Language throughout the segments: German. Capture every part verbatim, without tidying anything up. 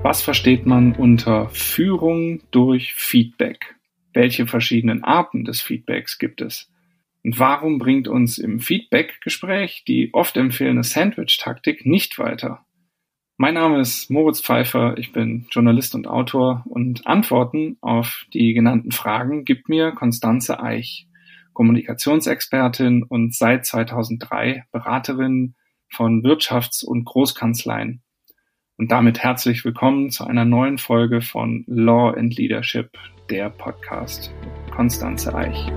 Was versteht man unter Führung durch Feedback? Welche verschiedenen Arten des Feedbacks gibt es? Und warum bringt uns im Feedback-Gespräch die oft empfehlene Sandwich-Taktik nicht weiter? Mein Name ist Moritz Pfeiffer, ich bin Journalist und Autor und Antworten auf die genannten Fragen gibt mir Constanze Eich, Kommunikationsexpertin und seit zweitausenddrei Beraterin von Wirtschafts- und Großkanzleien. Und damit herzlich willkommen zu einer neuen Folge von Law and Leadership, der Podcast mit Constanze Eich.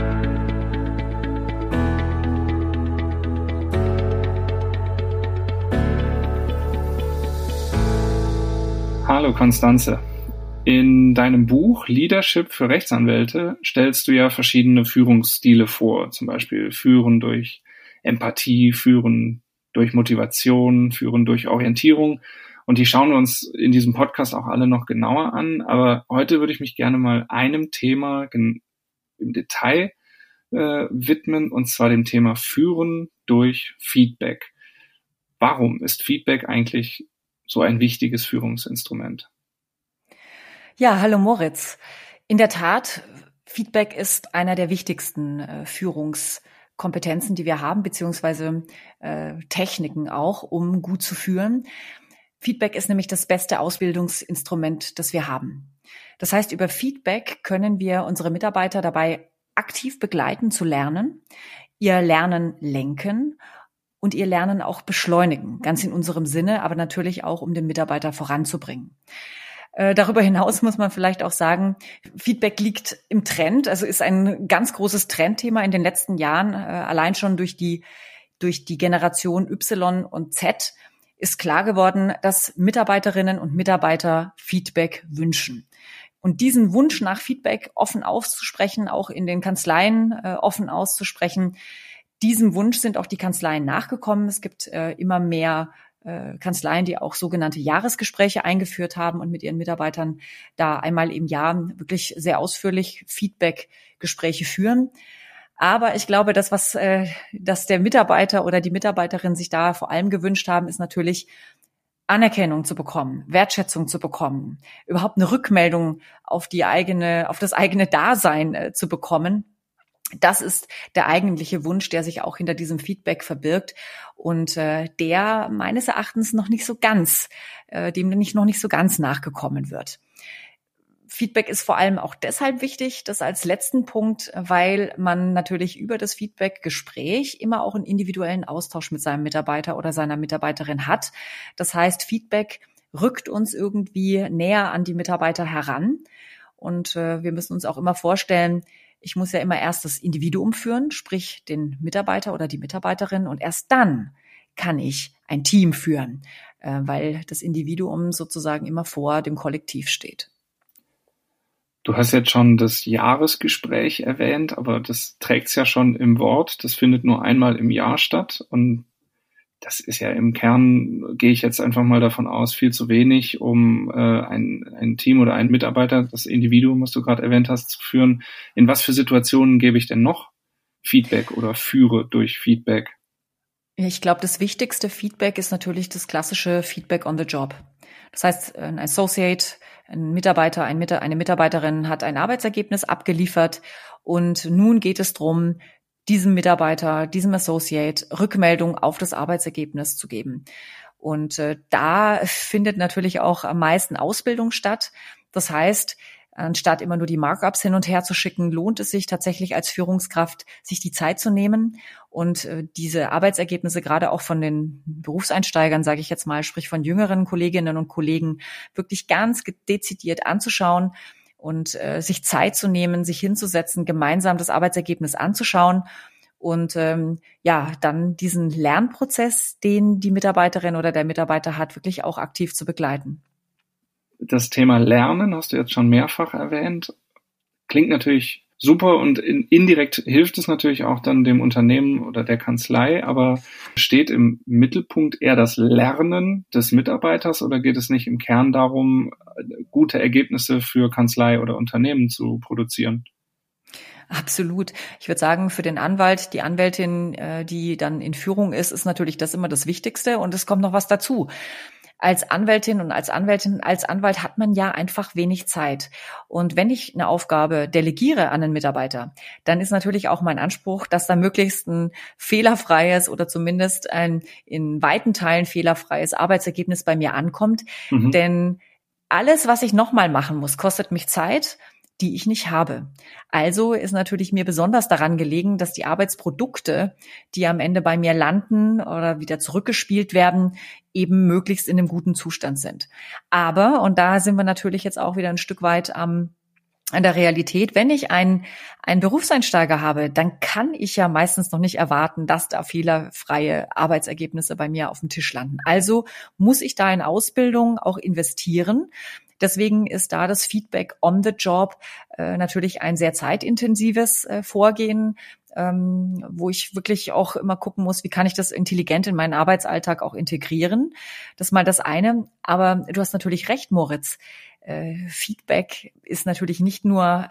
Hallo Constanze. In deinem Buch Leadership für Rechtsanwälte stellst du ja verschiedene Führungsstile vor, zum Beispiel Führen durch Empathie, Führen durch Motivation, Führen durch Orientierung. Und die schauen wir uns in diesem Podcast auch alle noch genauer an. Aber heute würde ich mich gerne mal einem Thema im Detail äh, widmen, und zwar dem Thema Führen durch Feedback. Warum ist Feedback eigentlich so ein wichtiges Führungsinstrument? Ja, hallo Moritz. In der Tat, Feedback ist einer der wichtigsten äh, Führungskompetenzen, die wir haben, beziehungsweise äh, Techniken auch, um gut zu führen. Feedback ist nämlich das beste Ausbildungsinstrument, das wir haben. Das heißt, über Feedback können wir unsere Mitarbeiter dabei aktiv begleiten, zu lernen, ihr Lernen lenken und ihr Lernen auch beschleunigen, ganz in unserem Sinne, aber natürlich auch, um den Mitarbeiter voranzubringen. Äh, darüber hinaus muss man vielleicht auch sagen, Feedback liegt im Trend, also ist ein ganz großes Trendthema in den letzten Jahren, äh, allein schon durch die, durch die Generation Y und Z ist klar geworden, dass Mitarbeiterinnen und Mitarbeiter Feedback wünschen. Und diesen Wunsch nach Feedback offen auszusprechen, auch in den Kanzleien äh, offen auszusprechen, diesem Wunsch sind auch die Kanzleien nachgekommen. Es gibt äh, immer mehr äh, Kanzleien, die auch sogenannte Jahresgespräche eingeführt haben und mit ihren Mitarbeitern da einmal im Jahr wirklich sehr ausführlich Feedback-Gespräche führen. Aber ich glaube, das, was äh, dass der Mitarbeiter oder die Mitarbeiterin sich da vor allem gewünscht haben, ist natürlich Anerkennung zu bekommen, Wertschätzung zu bekommen, überhaupt eine Rückmeldung auf die eigene, auf das eigene Dasein äh, zu bekommen. Das ist der eigentliche Wunsch, der sich auch hinter diesem Feedback verbirgt und äh, der meines Erachtens noch nicht so ganz, äh, dem nicht noch nicht so ganz nachgekommen wird. Feedback ist vor allem auch deshalb wichtig, das als letzten Punkt, weil man natürlich über das Feedback-Gespräch immer auch einen individuellen Austausch mit seinem Mitarbeiter oder seiner Mitarbeiterin hat. Das heißt, Feedback rückt uns irgendwie näher an die Mitarbeiter heran und äh, wir müssen uns auch immer vorstellen, ich muss ja immer erst das Individuum führen, sprich den Mitarbeiter oder die Mitarbeiterin, und erst dann kann ich ein Team führen, äh, weil das Individuum sozusagen immer vor dem Kollektiv steht. Du hast jetzt schon das Jahresgespräch erwähnt, aber das trägt's ja schon im Wort. Das findet nur einmal im Jahr statt und das ist ja im Kern, gehe ich jetzt einfach mal davon aus, viel zu wenig, um äh, ein, ein Team oder einen Mitarbeiter, das Individuum, was du gerade erwähnt hast, zu führen. In was für Situationen gebe ich denn noch Feedback oder führe durch Feedback? Ich glaube, das wichtigste Feedback ist natürlich das klassische Feedback on the job. Das heißt, ein Associate, ein Mitarbeiter, ein Mit- eine Mitarbeiterin hat ein Arbeitsergebnis abgeliefert und nun geht es darum, diesem Mitarbeiter, diesem Associate Rückmeldung auf das Arbeitsergebnis zu geben. Und äh, da findet natürlich auch am meisten Ausbildung statt. Das heißt, anstatt immer nur die Markups hin und her zu schicken, lohnt es sich tatsächlich als Führungskraft, sich die Zeit zu nehmen und äh, diese Arbeitsergebnisse gerade auch von den Berufseinsteigern, sage ich jetzt mal, sprich von jüngeren Kolleginnen und Kollegen, wirklich ganz dezidiert anzuschauen und äh, sich Zeit zu nehmen, sich hinzusetzen, gemeinsam das Arbeitsergebnis anzuschauen und ähm, ja, dann diesen Lernprozess, den die Mitarbeiterin oder der Mitarbeiter hat, wirklich auch aktiv zu begleiten. Das Thema Lernen hast du jetzt schon mehrfach erwähnt. Klingt natürlich super und in, indirekt hilft es natürlich auch dann dem Unternehmen oder der Kanzlei, aber steht im Mittelpunkt eher das Lernen des Mitarbeiters oder geht es nicht im Kern darum, gute Ergebnisse für Kanzlei oder Unternehmen zu produzieren? Absolut. Ich würde sagen, für den Anwalt, die Anwältin, die dann in Führung ist, ist natürlich das immer das Wichtigste und es kommt noch was dazu. als Anwältin und als Anwältin, als Anwalt hat man ja einfach wenig Zeit. Und wenn ich eine Aufgabe delegiere an einen Mitarbeiter, dann ist natürlich auch mein Anspruch, dass da möglichst ein fehlerfreies oder zumindest ein in weiten Teilen fehlerfreies Arbeitsergebnis bei mir ankommt. Mhm. Denn alles, was ich nochmal machen muss, kostet mich Zeit, die ich nicht habe. Also ist natürlich mir besonders daran gelegen, dass die Arbeitsprodukte, die am Ende bei mir landen oder wieder zurückgespielt werden, eben möglichst in einem guten Zustand sind. Aber, und da sind wir natürlich jetzt auch wieder ein Stück weit am an der Realität, wenn ich einen, einen Berufseinsteiger habe, dann kann ich ja meistens noch nicht erwarten, dass da fehlerfreie Arbeitsergebnisse bei mir auf dem Tisch landen. Also muss ich da in Ausbildung auch investieren. Deswegen ist da das Feedback on the job äh, natürlich ein sehr zeitintensives äh, Vorgehen, ähm, wo ich wirklich auch immer gucken muss, wie kann ich das intelligent in meinen Arbeitsalltag auch integrieren. Das ist mal das eine. Aber du hast natürlich recht, Moritz. Äh, Feedback ist natürlich nicht nur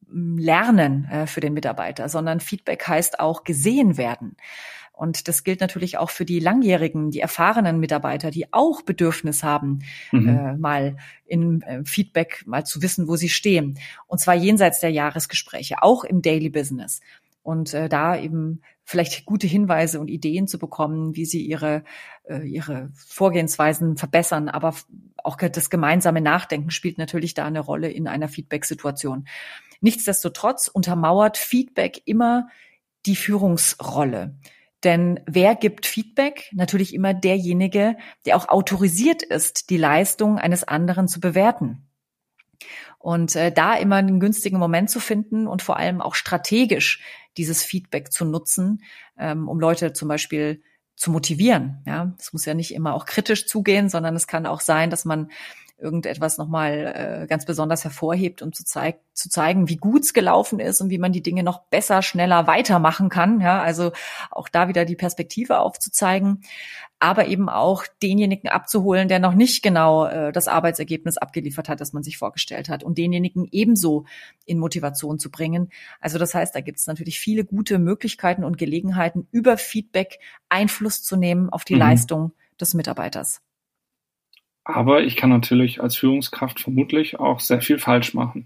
Lernen äh, für den Mitarbeiter, sondern Feedback heißt auch gesehen werden. Und das gilt natürlich auch für die langjährigen, die erfahrenen Mitarbeiter, die auch Bedürfnis haben, mhm. äh, mal in äh, Feedback mal zu wissen, wo sie stehen. Und zwar jenseits der Jahresgespräche, auch im Daily Business. Und äh, da eben vielleicht gute Hinweise und Ideen zu bekommen, wie sie ihre äh, ihre Vorgehensweisen verbessern. Aber auch das gemeinsame Nachdenken spielt natürlich da eine Rolle in einer Feedback-Situation. Nichtsdestotrotz untermauert Feedback immer die Führungsrolle. Denn wer gibt Feedback? Natürlich immer derjenige, der auch autorisiert ist, die Leistung eines anderen zu bewerten. Und äh, da immer einen günstigen Moment zu finden und vor allem auch strategisch dieses Feedback zu nutzen, ähm, um Leute zum Beispiel zu motivieren. Ja, es muss ja nicht immer auch kritisch zugehen, sondern es kann auch sein, dass man irgendetwas nochmal äh, ganz besonders hervorhebt, um zu, zeig- zu zeigen, wie gut es gelaufen ist und wie man die Dinge noch besser, schneller weitermachen kann. Ja, also auch da wieder die Perspektive aufzuzeigen, aber eben auch denjenigen abzuholen, der noch nicht genau äh, das Arbeitsergebnis abgeliefert hat, das man sich vorgestellt hat, und denjenigen ebenso in Motivation zu bringen. Also das heißt, da gibt es natürlich viele gute Möglichkeiten und Gelegenheiten, über Feedback Einfluss zu nehmen auf die mhm. Leistung des Mitarbeiters. Aber ich kann natürlich als Führungskraft vermutlich auch sehr viel falsch machen.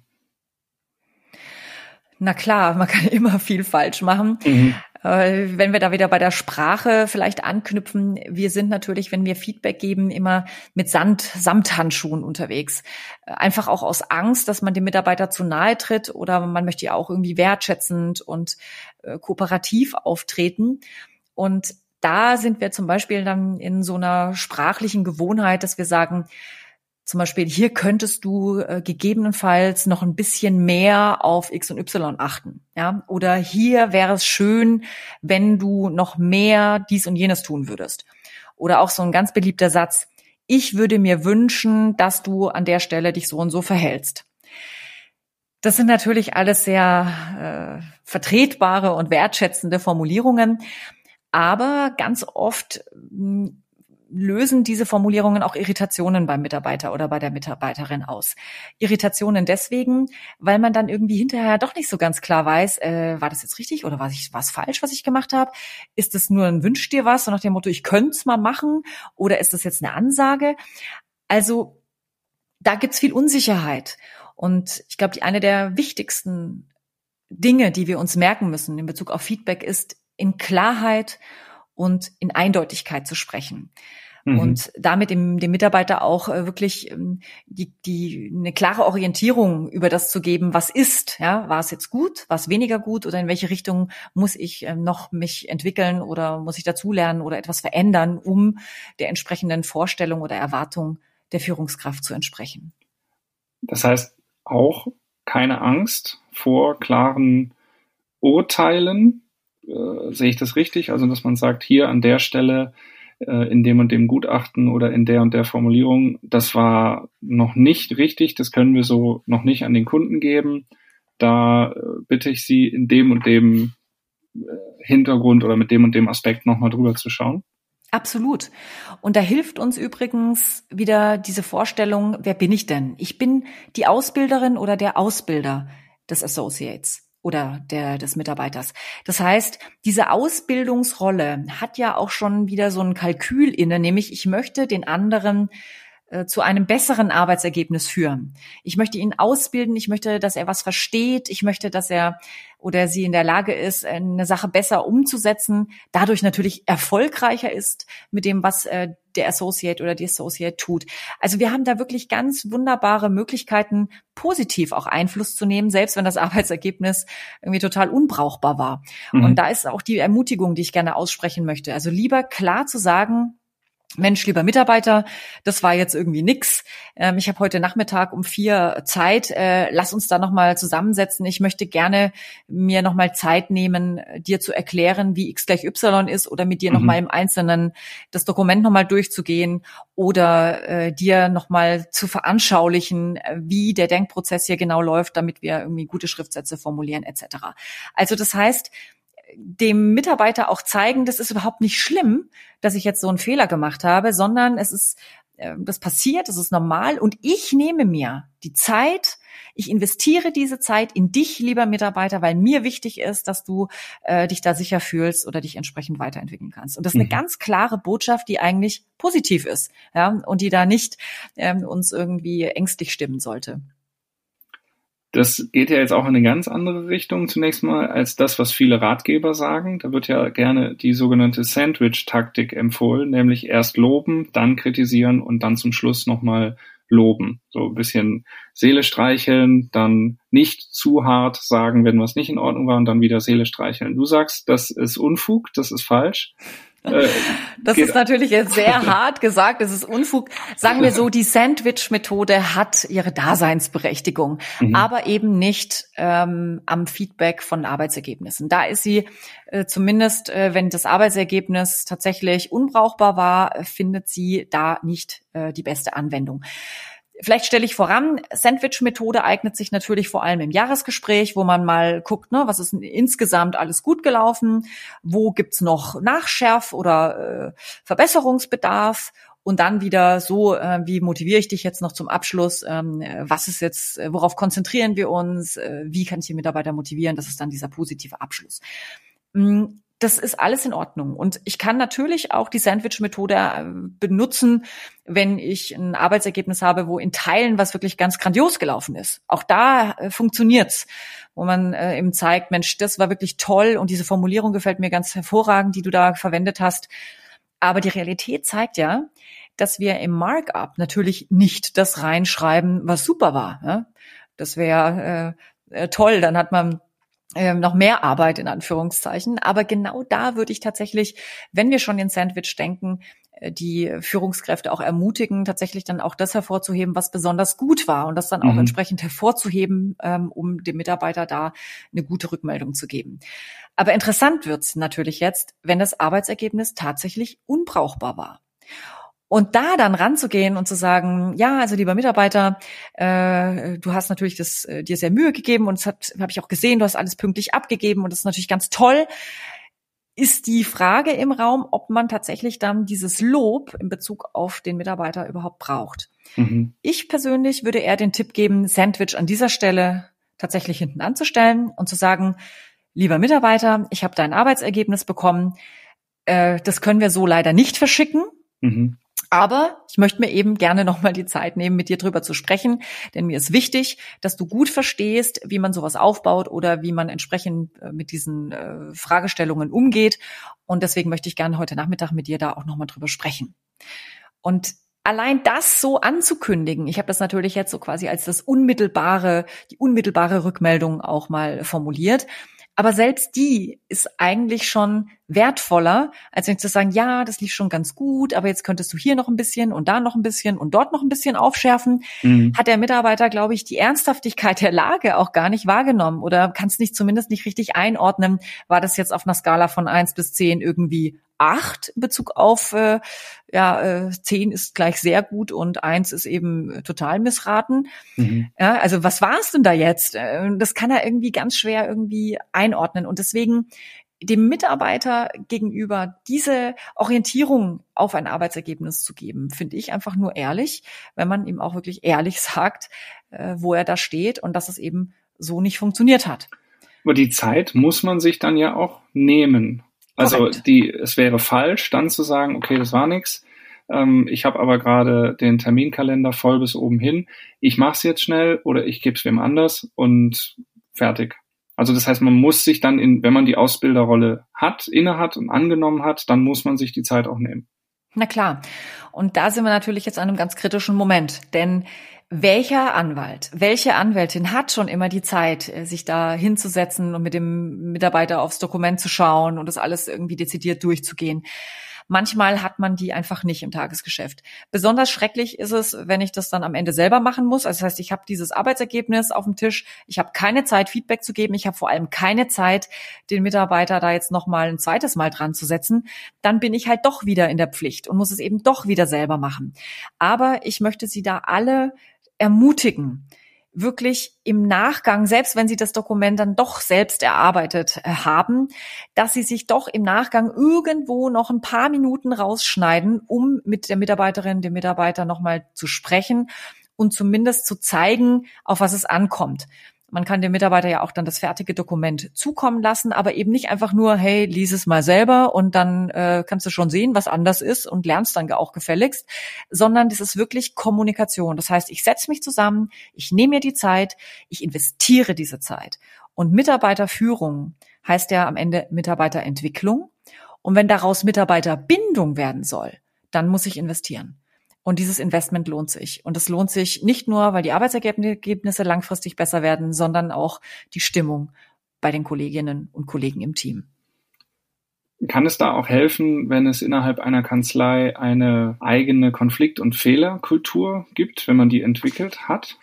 Na klar, man kann immer viel falsch machen. Mhm. Äh, wenn wir da wieder bei der Sprache vielleicht anknüpfen, wir sind natürlich, wenn wir Feedback geben, immer mit Sand, Samthandschuhen unterwegs. Einfach auch aus Angst, dass man dem Mitarbeiter zu nahe tritt, oder man möchte ja auch irgendwie wertschätzend und äh, kooperativ auftreten. Und da sind wir zum Beispiel dann in so einer sprachlichen Gewohnheit, dass wir sagen, zum Beispiel, hier könntest du äh, gegebenenfalls noch ein bisschen mehr auf X und Y achten, ja? Oder hier wäre es schön, wenn du noch mehr dies und jenes tun würdest. Oder auch so ein ganz beliebter Satz: Ich würde mir wünschen, dass du an der Stelle dich so und so verhältst. Das sind natürlich alles sehr äh, vertretbare und wertschätzende Formulierungen. Aber ganz oft mh, lösen diese Formulierungen auch Irritationen beim Mitarbeiter oder bei der Mitarbeiterin aus. Irritationen deswegen, weil man dann irgendwie hinterher doch nicht so ganz klar weiß, äh, war das jetzt richtig oder war es falsch, was ich gemacht habe? Ist es nur ein Wünsch dir was, so nach dem Motto, ich könnte es mal machen, oder ist das jetzt eine Ansage? Also da gibt's viel Unsicherheit. Und ich glaube, die eine der wichtigsten Dinge, die wir uns merken müssen in Bezug auf Feedback, ist, in Klarheit und in Eindeutigkeit zu sprechen. Mhm. Und damit dem, dem Mitarbeiter auch äh, wirklich ähm, die, die, eine klare Orientierung über das zu geben, was ist. Ja, war es jetzt gut, war es weniger gut, oder in welche Richtung muss ich ähm, noch mich entwickeln oder muss ich dazulernen oder etwas verändern, um der entsprechenden Vorstellung oder Erwartung der Führungskraft zu entsprechen. Das heißt auch keine Angst vor klaren Urteilen. Äh, sehe ich das richtig? Also, dass man sagt, hier an der Stelle äh, in dem und dem Gutachten oder in der und der Formulierung, das war noch nicht richtig, das können wir so noch nicht an den Kunden geben. Da äh, bitte ich Sie, in dem und dem äh, Hintergrund oder mit dem und dem Aspekt nochmal drüber zu schauen. Absolut. Und da hilft uns übrigens wieder diese Vorstellung, wer bin ich denn? Ich bin die Ausbilderin oder der Ausbilder des Associates. oder der des Mitarbeiters. Das heißt, diese Ausbildungsrolle hat ja auch schon wieder so ein Kalkül inne, nämlich ich möchte den anderen äh, zu einem besseren Arbeitsergebnis führen. Ich möchte ihn ausbilden, ich möchte, dass er was versteht, ich möchte, dass er oder sie in der Lage ist, eine Sache besser umzusetzen, dadurch natürlich erfolgreicher ist mit dem, was äh, der Associate oder die Associate tut. Also wir haben da wirklich ganz wunderbare Möglichkeiten, positiv auch Einfluss zu nehmen, selbst wenn das Arbeitsergebnis irgendwie total unbrauchbar war. Mhm. Und da ist auch die Ermutigung, die ich gerne aussprechen möchte. Also lieber klar zu sagen, Mensch, lieber Mitarbeiter, das war jetzt irgendwie nix. Ähm, ich habe heute Nachmittag um vier Zeit. Äh, lass uns da nochmal zusammensetzen. Ich möchte gerne mir nochmal Zeit nehmen, dir zu erklären, wie X gleich Y ist oder mit dir mhm. nochmal im Einzelnen das Dokument nochmal durchzugehen oder äh, dir nochmal zu veranschaulichen, wie der Denkprozess hier genau läuft, damit wir irgendwie gute Schriftsätze formulieren et cetera. Also das heißt, dem Mitarbeiter auch zeigen, das ist überhaupt nicht schlimm, dass ich jetzt so einen Fehler gemacht habe, sondern es ist, äh, das passiert, das ist normal und ich nehme mir die Zeit, ich investiere diese Zeit in dich, lieber Mitarbeiter, weil mir wichtig ist, dass du äh, dich da sicher fühlst oder dich entsprechend weiterentwickeln kannst. Und das ist eine mhm. ganz klare Botschaft, die eigentlich positiv ist, ja, und die da nicht ähm, uns irgendwie ängstlich stimmen sollte. Das geht ja jetzt auch in eine ganz andere Richtung zunächst mal als das, was viele Ratgeber sagen. Da wird ja gerne die sogenannte Sandwich-Taktik empfohlen, nämlich erst loben, dann kritisieren und dann zum Schluss nochmal loben. So ein bisschen Seele streicheln, dann nicht zu hart sagen, wenn was nicht in Ordnung war und dann wieder Seele streicheln. Du sagst, das ist Unfug, das ist falsch. Das ist natürlich jetzt sehr hart gesagt, das ist Unfug. Sagen wir so, die Sandwich-Methode hat ihre Daseinsberechtigung, mhm. aber eben nicht ähm, am Feedback von Arbeitsergebnissen. Da ist sie äh, zumindest, äh, wenn das Arbeitsergebnis tatsächlich unbrauchbar war, findet sie da nicht äh, die beste Anwendung. Vielleicht stelle ich voran, Sandwich-Methode eignet sich natürlich vor allem im Jahresgespräch, wo man mal guckt, ne, was ist insgesamt alles gut gelaufen, wo gibt's noch Nachschärf- oder äh, Verbesserungsbedarf und dann wieder so, äh, wie motiviere ich dich jetzt noch zum Abschluss, ähm, was ist jetzt, worauf konzentrieren wir uns, äh, wie kann ich die Mitarbeiter motivieren, das ist dann dieser positive Abschluss. Mhm. Das ist alles in Ordnung. Und ich kann natürlich auch die Sandwich-Methode benutzen, wenn ich ein Arbeitsergebnis habe, wo in Teilen was wirklich ganz grandios gelaufen ist. Auch da äh, funktioniert's, wo man äh, eben zeigt, Mensch, das war wirklich toll und diese Formulierung gefällt mir ganz hervorragend, die du da verwendet hast. Aber die Realität zeigt ja, dass wir im Markup natürlich nicht das reinschreiben, was super war. Ja? Das wäre äh, toll, dann hat man Ähm, noch mehr Arbeit in Anführungszeichen. Aber genau da würde ich tatsächlich, wenn wir schon in Sandwich denken, die Führungskräfte auch ermutigen, tatsächlich dann auch das hervorzuheben, was besonders gut war und das dann mhm. auch entsprechend hervorzuheben, ähm, um dem Mitarbeiter da eine gute Rückmeldung zu geben. Aber interessant wird's natürlich jetzt, wenn das Arbeitsergebnis tatsächlich unbrauchbar war. Und da dann ranzugehen und zu sagen, ja, also lieber Mitarbeiter, äh, du hast natürlich das äh, dir sehr Mühe gegeben und das hat habe ich auch gesehen, du hast alles pünktlich abgegeben und das ist natürlich ganz toll. Ist die Frage im Raum, ob man tatsächlich dann dieses Lob in Bezug auf den Mitarbeiter überhaupt braucht. Mhm. Ich persönlich würde eher den Tipp geben, Sandwich an dieser Stelle tatsächlich hinten anzustellen und zu sagen, lieber Mitarbeiter, ich habe dein Arbeitsergebnis bekommen, äh, das können wir so leider nicht verschicken. Mhm. Aber ich möchte mir eben gerne nochmal die Zeit nehmen, mit dir drüber zu sprechen, denn mir ist wichtig, dass du gut verstehst, wie man sowas aufbaut oder wie man entsprechend mit diesen äh, Fragestellungen umgeht. Und deswegen möchte ich gerne heute Nachmittag mit dir da auch nochmal drüber sprechen. Und allein das so anzukündigen, ich habe das natürlich jetzt so quasi als das unmittelbare, die unmittelbare Rückmeldung auch mal formuliert. Aber selbst die ist eigentlich schon wertvoller, als wenn ich zu sagen, ja, das lief schon ganz gut, aber jetzt könntest du hier noch ein bisschen und da noch ein bisschen und dort noch ein bisschen aufschärfen. Mhm. Hat der Mitarbeiter, glaube ich, die Ernsthaftigkeit der Lage auch gar nicht wahrgenommen oder kann es nicht zumindest nicht richtig einordnen. War das jetzt auf einer Skala von eins bis zehn irgendwie acht in Bezug auf äh, ja äh, zehn ist gleich sehr gut und eins ist eben total missraten. Mhm. Ja, also was war es denn da jetzt? Das kann er irgendwie ganz schwer irgendwie einordnen und deswegen dem Mitarbeiter gegenüber diese Orientierung auf ein Arbeitsergebnis zu geben, finde ich einfach nur ehrlich, wenn man ihm auch wirklich ehrlich sagt, äh, wo er da steht und dass es eben so nicht funktioniert hat. Aber die Zeit muss man sich dann ja auch nehmen. Also Korrekt. die, es wäre falsch, dann zu sagen, okay, das war nix. Ähm, ich habe aber gerade den Terminkalender voll bis oben hin. Ich mache es jetzt schnell oder ich gebe es wem anders und fertig. Also das heißt, man muss sich dann, in, wenn man die Ausbilderrolle hat, inne hat und angenommen hat, dann muss man sich die Zeit auch nehmen. Na klar. Und da sind wir natürlich jetzt an einem ganz kritischen Moment, denn welcher Anwalt, welche Anwältin hat schon immer die Zeit, sich da hinzusetzen und mit dem Mitarbeiter aufs Dokument zu schauen und das alles irgendwie dezidiert durchzugehen? Manchmal hat man die einfach nicht im Tagesgeschäft. Besonders schrecklich ist es, wenn ich das dann am Ende selber machen muss. Also das heißt, ich habe dieses Arbeitsergebnis auf dem Tisch, ich habe keine Zeit, Feedback zu geben, ich habe vor allem keine Zeit, den Mitarbeiter da jetzt noch mal ein zweites Mal dran zu setzen. Dann bin ich halt doch wieder in der Pflicht und muss es eben doch wieder selber machen. Aber ich möchte Sie da alle ermutigen, wirklich im Nachgang, selbst wenn Sie das Dokument dann doch selbst erarbeitet haben, dass Sie sich doch im Nachgang irgendwo noch ein paar Minuten rausschneiden, um mit der Mitarbeiterin, dem Mitarbeiter nochmal zu sprechen und zumindest zu zeigen, auf was es ankommt. Man kann dem Mitarbeiter ja auch dann das fertige Dokument zukommen lassen, aber eben nicht einfach nur, hey, lies es mal selber und dann äh, kannst du schon sehen, was anders ist und lernst dann auch gefälligst, sondern das ist wirklich Kommunikation. Das heißt, ich setze mich zusammen, ich nehme mir die Zeit, ich investiere diese Zeit. Und Mitarbeiterführung heißt ja am Ende Mitarbeiterentwicklung. Und wenn daraus Mitarbeiterbindung werden soll, dann muss ich investieren. Und dieses Investment lohnt sich. Und es lohnt sich nicht nur, weil die Arbeitsergebnisse langfristig besser werden, sondern auch die Stimmung bei den Kolleginnen und Kollegen im Team. Kann es da auch helfen, wenn es innerhalb einer Kanzlei eine eigene Konflikt- und Fehlerkultur gibt, wenn man die entwickelt hat?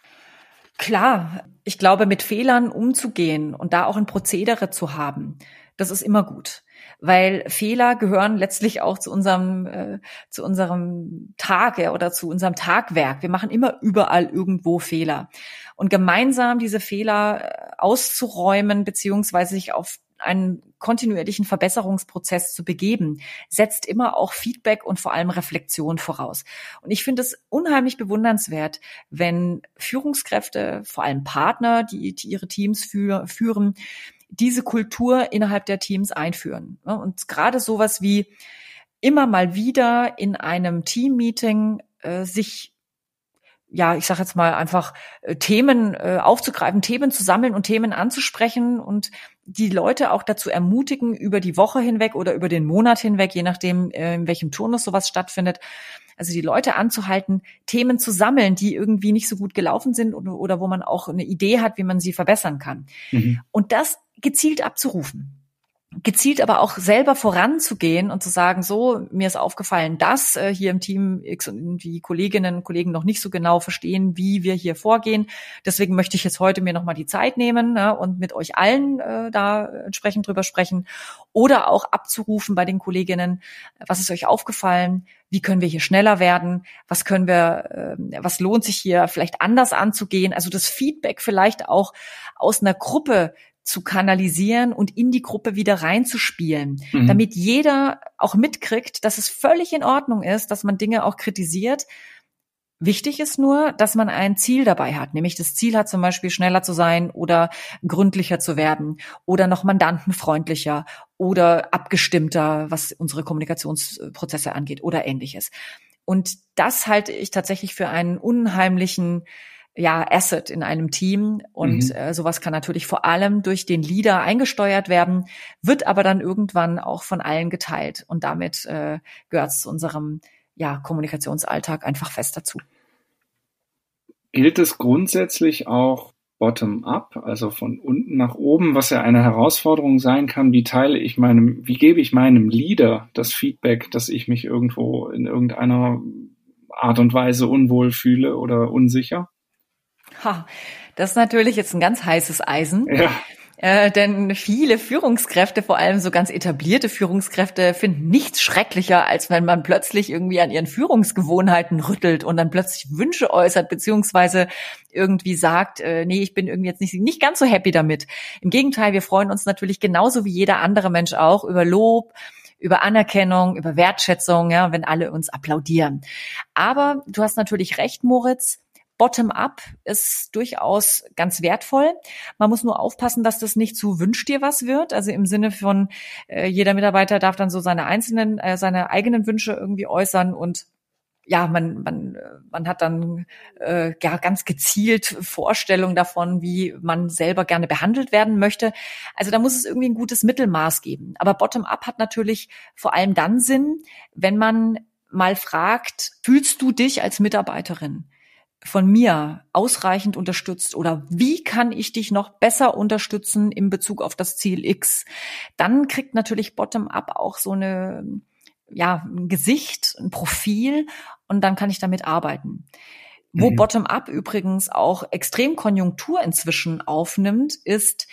Klar, ich glaube, mit Fehlern umzugehen und da auch ein Prozedere zu haben, das ist immer gut, weil Fehler gehören letztlich auch zu unserem äh, zu unserem Tag ja, oder zu unserem Tagwerk. Wir machen immer überall irgendwo Fehler und gemeinsam diese Fehler auszuräumen beziehungsweise sich auf einen kontinuierlichen Verbesserungsprozess zu begeben, setzt immer auch Feedback und vor allem Reflexion voraus. Und ich finde es unheimlich bewundernswert, wenn Führungskräfte, vor allem Partner, die, die ihre Teams für, führen, diese Kultur innerhalb der Teams einführen. Und gerade sowas wie immer mal wieder in einem Teammeeting äh, sich ja, ich sage jetzt mal einfach äh, Themen äh, aufzugreifen, Themen zu sammeln und Themen anzusprechen und die Leute auch dazu ermutigen, über die Woche hinweg oder über den Monat hinweg, je nachdem, äh, in welchem Turnus sowas stattfindet, also die Leute anzuhalten, Themen zu sammeln, die irgendwie nicht so gut gelaufen sind oder, oder wo man auch eine Idee hat, wie man sie verbessern kann. Mhm. Und das gezielt abzurufen. Gezielt aber auch selber voranzugehen und zu sagen, so, mir ist aufgefallen, dass äh, hier im Team X und die Kolleginnen und Kollegen noch nicht so genau verstehen, wie wir hier vorgehen. Deswegen möchte ich jetzt heute mir nochmal die Zeit nehmen ne, und mit euch allen äh, da entsprechend drüber sprechen. Oder auch abzurufen bei den Kolleginnen, was ist euch aufgefallen? Wie können wir hier schneller werden? Was können wir, äh, was lohnt sich hier vielleicht anders anzugehen? Also das Feedback vielleicht auch aus einer Gruppe zu kanalisieren und in die Gruppe wieder reinzuspielen, mhm. damit jeder auch mitkriegt, dass es völlig in Ordnung ist, dass man Dinge auch kritisiert. Wichtig ist nur, dass man ein Ziel dabei hat, nämlich das Ziel hat zum Beispiel schneller zu sein oder gründlicher zu werden oder noch mandantenfreundlicher oder abgestimmter, was unsere Kommunikationsprozesse angeht oder ähnliches. Und das halte ich tatsächlich für einen unheimlichen ja, Asset in einem Team und mhm. äh, sowas kann natürlich vor allem durch den Leader eingesteuert werden, wird aber dann irgendwann auch von allen geteilt und damit äh, gehört es zu unserem ja, Kommunikationsalltag einfach fest dazu. Gilt es grundsätzlich auch bottom-up, also von unten nach oben, was ja eine Herausforderung sein kann, wie teile ich meinem, wie gebe ich meinem Leader das Feedback, dass ich mich irgendwo in irgendeiner Art und Weise unwohl fühle oder unsicher? Ha, das ist natürlich jetzt ein ganz heißes Eisen. Ja. Äh, denn viele Führungskräfte, vor allem so ganz etablierte Führungskräfte, finden nichts schrecklicher, als wenn man plötzlich irgendwie an ihren Führungsgewohnheiten rüttelt und dann plötzlich Wünsche äußert, beziehungsweise irgendwie sagt, äh, nee, ich bin irgendwie jetzt nicht, nicht ganz so happy damit. Im Gegenteil, wir freuen uns natürlich genauso wie jeder andere Mensch auch über Lob, über Anerkennung, über Wertschätzung, ja, wenn alle uns applaudieren. Aber du hast natürlich recht, Moritz, Bottom-up ist durchaus ganz wertvoll. Man muss nur aufpassen, dass das nicht zu wünsch dir was wird. Also im Sinne von, äh, jeder Mitarbeiter darf dann so seine einzelnen, äh, seine eigenen Wünsche irgendwie äußern und ja, man man man hat dann äh, ja ganz gezielt Vorstellungen davon, wie man selber gerne behandelt werden möchte. Also da muss es irgendwie ein gutes Mittelmaß geben. Aber Bottom-up hat natürlich vor allem dann Sinn, wenn man mal fragt: Fühlst du dich als Mitarbeiterin von mir ausreichend unterstützt oder wie kann ich dich noch besser unterstützen in Bezug auf das Ziel X? Dann kriegt natürlich Bottom-up auch so eine ja, ein Gesicht, ein Profil und dann kann ich damit arbeiten. Wo mhm. Bottom-up übrigens auch extrem Konjunktur inzwischen aufnimmt, ist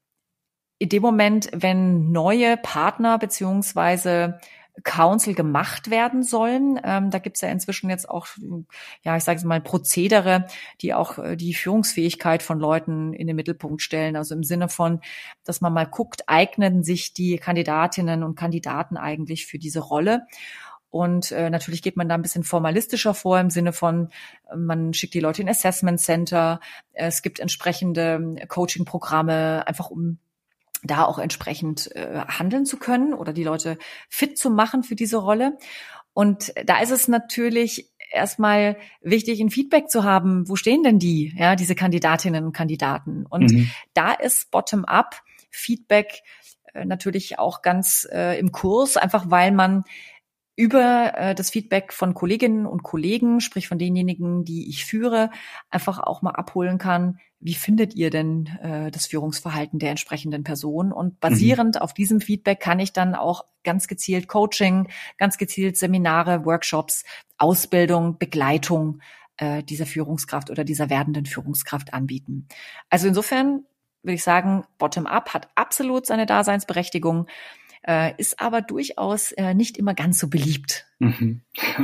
in dem Moment, wenn neue Partner beziehungsweise Council gemacht werden sollen. Ähm, da gibt's ja inzwischen jetzt auch, ja, ich sage es mal, Prozedere, die auch äh, die Führungsfähigkeit von Leuten in den Mittelpunkt stellen. Also im Sinne von, dass man mal guckt, eignen sich die Kandidatinnen und Kandidaten eigentlich für diese Rolle? Und äh, natürlich geht man da ein bisschen formalistischer vor, im Sinne von, man schickt die Leute in Assessment Center, es gibt entsprechende Coaching-Programme, einfach um da auch entsprechend äh, handeln zu können oder die Leute fit zu machen für diese Rolle. Und da ist es natürlich erstmal wichtig, ein Feedback zu haben. Wo stehen denn die, ja, diese Kandidatinnen und Kandidaten? Und mhm. da ist Bottom-up Feedback äh, natürlich auch ganz äh, im Kurs, einfach weil man über äh, das Feedback von Kolleginnen und Kollegen, sprich von denjenigen, die ich führe, einfach auch mal abholen kann, wie findet ihr denn äh, das Führungsverhalten der entsprechenden Person? Und basierend mhm. auf diesem Feedback kann ich dann auch ganz gezielt Coaching, ganz gezielt Seminare, Workshops, Ausbildung, Begleitung äh, dieser Führungskraft oder dieser werdenden Führungskraft anbieten. Also insofern würde ich sagen, Bottom-up hat absolut seine Daseinsberechtigung, äh, ist aber durchaus äh, nicht immer ganz so beliebt. Mhm.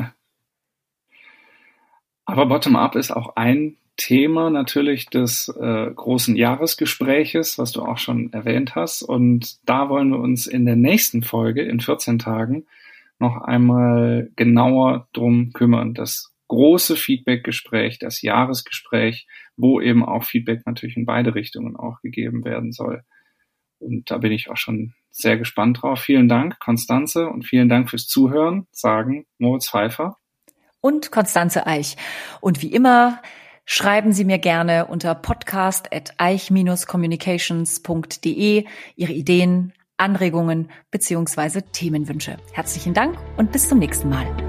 Aber Bottom-up ist auch ein Thema natürlich des äh, großen Jahresgespräches, was du auch schon erwähnt hast. Und da wollen wir uns in der nächsten Folge in vierzehn Tagen noch einmal genauer drum kümmern. Das große Feedback-Gespräch, das Jahresgespräch, wo eben auch Feedback natürlich in beide Richtungen auch gegeben werden soll. Und da bin ich auch schon sehr gespannt drauf. Vielen Dank, Constanze, und vielen Dank fürs Zuhören, sagen Moritz Pfeiffer und Constanze Eich. Und wie immer, schreiben Sie mir gerne unter podcast at eich dash communications punkt de Ihre Ideen, Anregungen beziehungsweise Themenwünsche. Herzlichen Dank und bis zum nächsten Mal.